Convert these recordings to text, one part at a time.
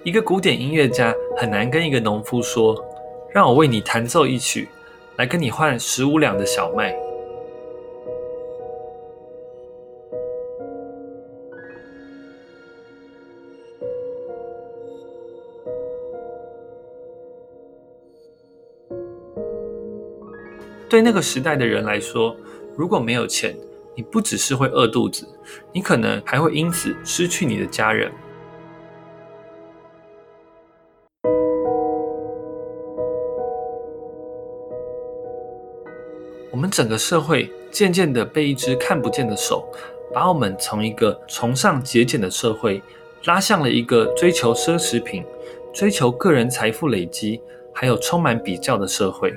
一个古典音乐家很难跟一个农夫说，让我为你弹奏一曲，来跟你换15两的小麦。对那个时代的人来说，如果没有钱，你不只是会饿肚子，你可能还会因此失去你的家人。我们整个社会渐渐地被一只看不见的手，把我们从一个崇尚节俭的社会，拉向了一个追求奢侈品、追求个人财富累积，还有充满比较的社会。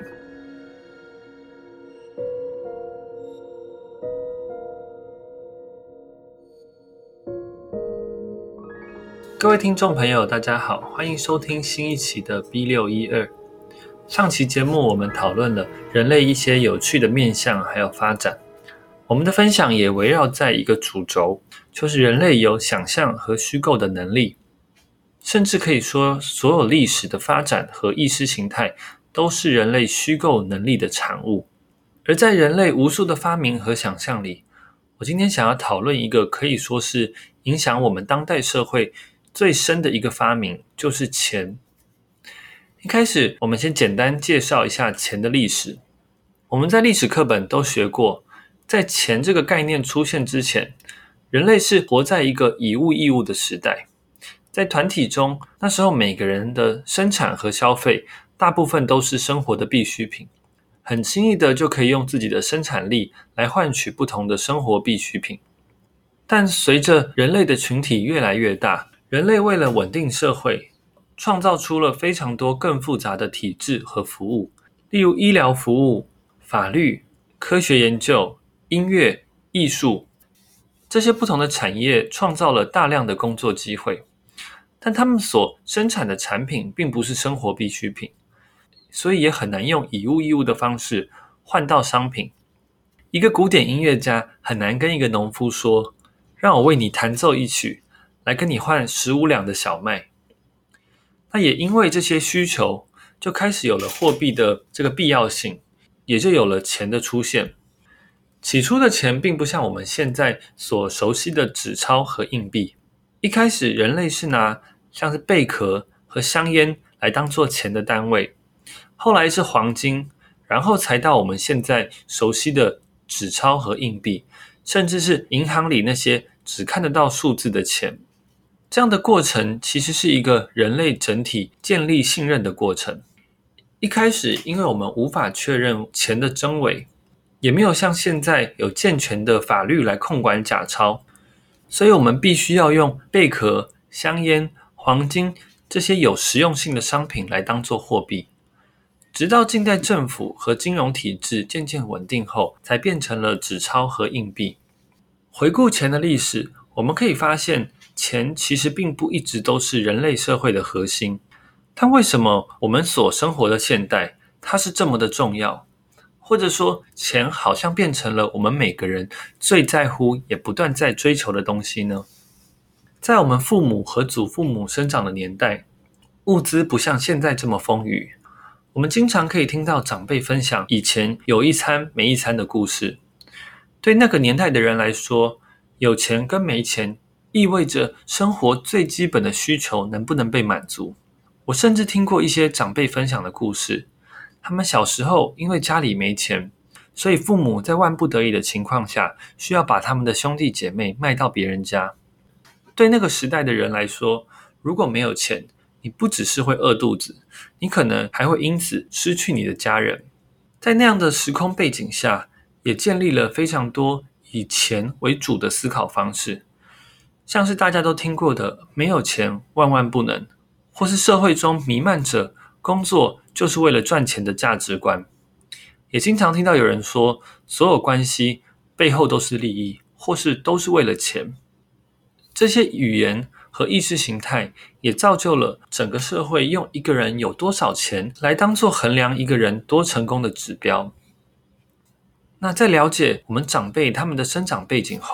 各位听众朋友，大家好，欢迎收听新一期的 B612。上期节目我们讨论了人类一些有趣的面向还有发展，我们的分享也围绕在一个主轴，就是人类有想象和虚构的能力，甚至可以说所有历史的发展和意识形态都是人类虚构能力的产物。而在人类无数的发明和想象里，我今天想要讨论一个可以说是影响我们当代社会最深的一个发明，就是钱。一开始，我们先简单介绍一下钱的历史。我们在历史课本都学过，在钱这个概念出现之前，人类是活在一个以物易物的时代。在团体中，那时候每个人的生产和消费，大部分都是生活的必需品，很轻易的就可以用自己的生产力来换取不同的生活必需品。但随着人类的群体越来越大，人类为了稳定社会，创造出了非常多更复杂的体制和服务，例如医疗服务、法律、科学研究、音乐、艺术，这些不同的产业创造了大量的工作机会，但他们所生产的产品并不是生活必需品，所以也很难用以物易物的方式换到商品。一个古典音乐家很难跟一个农夫说，让我为你弹奏一曲，来跟你换15两的小麦。那也因为这些需求，就开始有了货币的这个必要性，也就有了钱的出现。起初的钱并不像我们现在所熟悉的纸钞和硬币，一开始人类是拿像是贝壳和香烟来当作钱的单位，后来是黄金，然后才到我们现在熟悉的纸钞和硬币，甚至是银行里那些只看得到数字的钱。这样的过程其实是一个人类整体建立信任的过程。一开始，因为我们无法确认钱的真伪，也没有像现在有健全的法律来控管假钞，所以我们必须要用贝壳、香烟、黄金这些有实用性的商品来当作货币。直到近代政府和金融体制渐渐稳定后，才变成了纸钞和硬币。回顾钱的历史，我们可以发现，钱其实并不一直都是人类社会的核心。但为什么我们所生活的现代，它是这么的重要？或者说，钱好像变成了我们每个人最在乎也不断在追求的东西呢？在我们父母和祖父母生长的年代，物资不像现在这么丰裕。我们经常可以听到长辈分享以前有一餐没一餐的故事。对那个年代的人来说，有钱跟没钱意味着生活最基本的需求能不能被满足。我甚至听过一些长辈分享的故事，他们小时候因为家里没钱，所以父母在万不得已的情况下，需要把他们的兄弟姐妹卖到别人家。对那个时代的人来说，如果没有钱，你不只是会饿肚子，你可能还会因此失去你的家人。在那样的时空背景下，也建立了非常多以钱为主的思考方式，像是大家都听过的没有钱万万不能，或是社会中弥漫着工作就是为了赚钱的价值观。也经常听到有人说，所有关系背后都是利益，或是都是为了钱。这些语言和意识形态也造就了整个社会用一个人有多少钱来当作衡量一个人多成功的指标。那在了解我们长辈他们的生长背景后，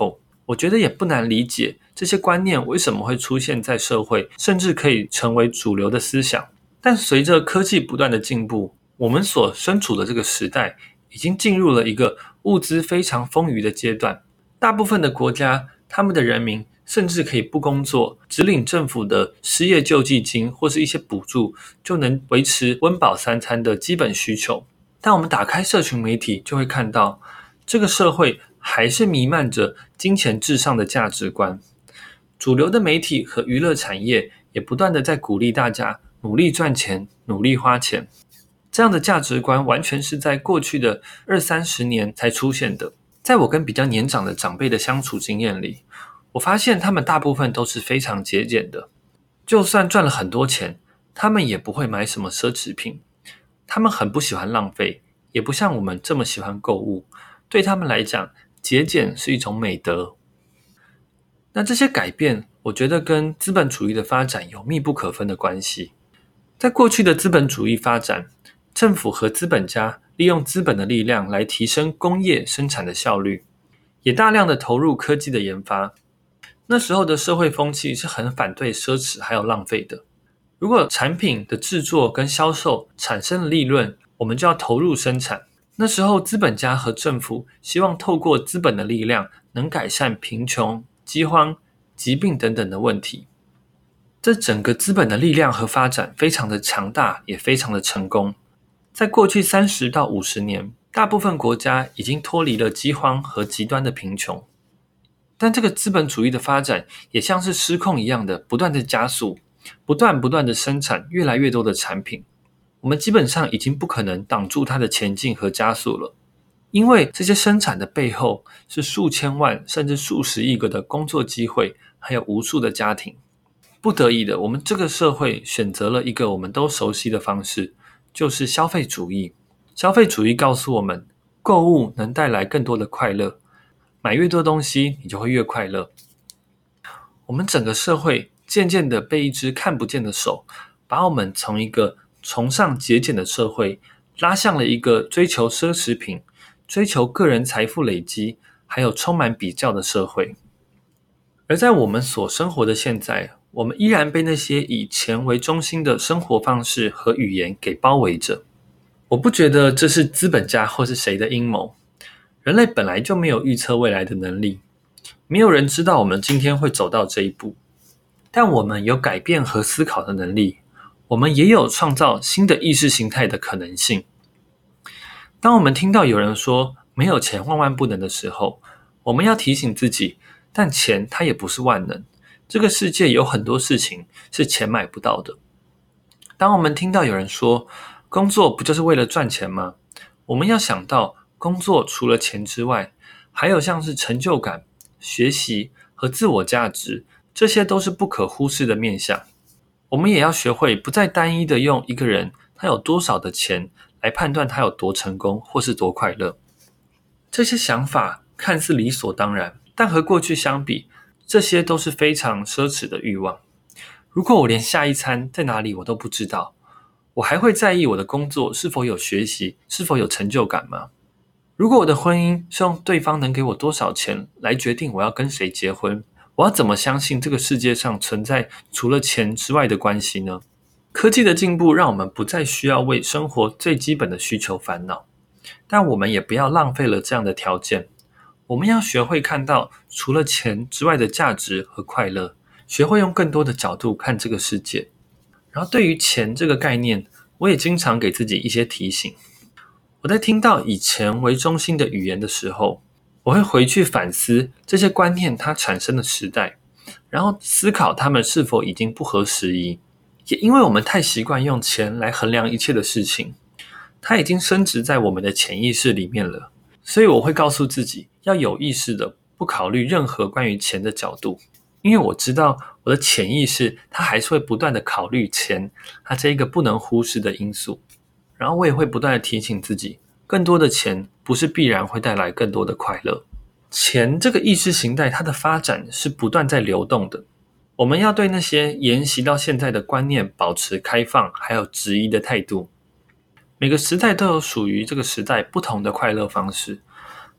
我觉得也不难理解这些观念为什么会出现在社会，甚至可以成为主流的思想。但随着科技不断的进步，我们所身处的这个时代已经进入了一个物资非常丰裕的阶段。大部分的国家，他们的人民甚至可以不工作，只领政府的失业救济金或是一些补助，就能维持温饱三餐的基本需求。但我们打开社群媒体，就会看到这个社会还是弥漫着金钱至上的价值观。主流的媒体和娱乐产业也不断的在鼓励大家努力赚钱，努力花钱。这样的价值观完全是在过去的20-30年才出现的。在我跟比较年长的长辈的相处经验里，我发现他们大部分都是非常节俭的，就算赚了很多钱，他们也不会买什么奢侈品。他们很不喜欢浪费，也不像我们这么喜欢购物。对他们来讲，节俭是一种美德。那这些改变，我觉得跟资本主义的发展有密不可分的关系。在过去的资本主义发展，政府和资本家利用资本的力量来提升工业生产的效率，也大量的投入科技的研发。那时候的社会风气是很反对奢侈还有浪费的。如果产品的制作跟销售产生了利润，我们就要投入生产。那时候资本家和政府希望透过资本的力量能改善贫穷、饥荒、疾病等等的问题。这整个资本的力量和发展非常的强大，也非常的成功。在过去30到50年，大部分国家已经脱离了饥荒和极端的贫穷。但这个资本主义的发展也像是失控一样的不断的加速，不断的生产越来越多的产品。我们基本上已经不可能挡住它的前进和加速了，因为这些生产的背后是数千万甚至数十亿个的工作机会，还有无数的家庭。不得已的，我们这个社会选择了一个我们都熟悉的方式，就是消费主义。消费主义告诉我们，购物能带来更多的快乐，买越多东西，你就会越快乐。我们整个社会渐渐的被一只看不见的手，把我们从一个崇尚节俭的社会，拉向了一个追求奢侈品、追求个人财富累积，还有充满比较的社会。而在我们所生活的现在，我们依然被那些以钱为中心的生活方式和语言给包围着。我不觉得这是资本家或是谁的阴谋。人类本来就没有预测未来的能力，没有人知道我们今天会走到这一步。但我们有改变和思考的能力，我们也有创造新的意识形态的可能性。当我们听到有人说没有钱万万不能的时候，我们要提醒自己，但钱它也不是万能。这个世界有很多事情是钱买不到的。当我们听到有人说工作不就是为了赚钱吗？我们要想到工作除了钱之外，还有像是成就感、学习和自我价值，这些都是不可忽视的面向。我们也要学会不再单一的用一个人他有多少的钱来判断他有多成功或是多快乐。这些想法看似理所当然，但和过去相比，这些都是非常奢侈的欲望。如果我连下一餐在哪里我都不知道，我还会在意我的工作是否有学习，是否有成就感吗？如果我的婚姻是用对方能给我多少钱来决定我要跟谁结婚，我要怎么相信这个世界上存在除了钱之外的关系呢？科技的进步让我们不再需要为生活最基本的需求烦恼，但我们也不要浪费了这样的条件。我们要学会看到除了钱之外的价值和快乐，学会用更多的角度看这个世界。然后对于钱这个概念，我也经常给自己一些提醒。我在听到以钱为中心的语言的时候，我会回去反思这些观念它产生的时代，然后思考它们是否已经不合时宜。也因为我们太习惯用钱来衡量一切的事情，它已经深植在我们的潜意识里面了。所以我会告诉自己，要有意识的不考虑任何关于钱的角度，因为我知道我的潜意识它还是会不断的考虑钱，它这一个不能忽视的因素。然后我也会不断的提醒自己，更多的钱不是必然会带来更多的快乐。钱这个意识形态它的发展是不断在流动的，我们要对那些沿袭到现在的观念保持开放还有质疑的态度。每个时代都有属于这个时代不同的快乐方式，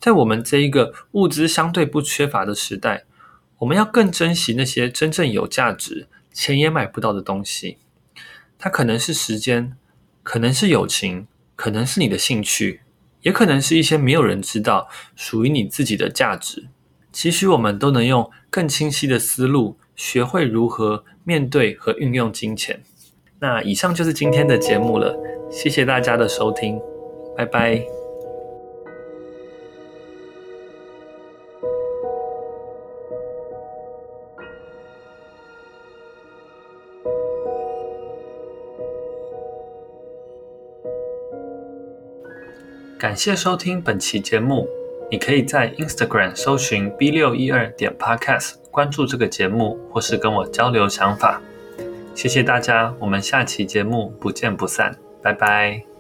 在我们这一个物资相对不缺乏的时代，我们要更珍惜那些真正有价值、钱也买不到的东西。它可能是时间，可能是友情，可能是你的兴趣，也可能是一些没有人知道属于你自己的价值。期许我们都能用更清晰的思路，学会如何面对和运用金钱。那以上就是今天的节目了，谢谢大家的收听，拜拜。感谢收听本期节目，你可以在 Instagram 搜寻 B612.podcast 关注这个节目，或是跟我交流想法。谢谢大家，我们下期节目不见不散，拜拜。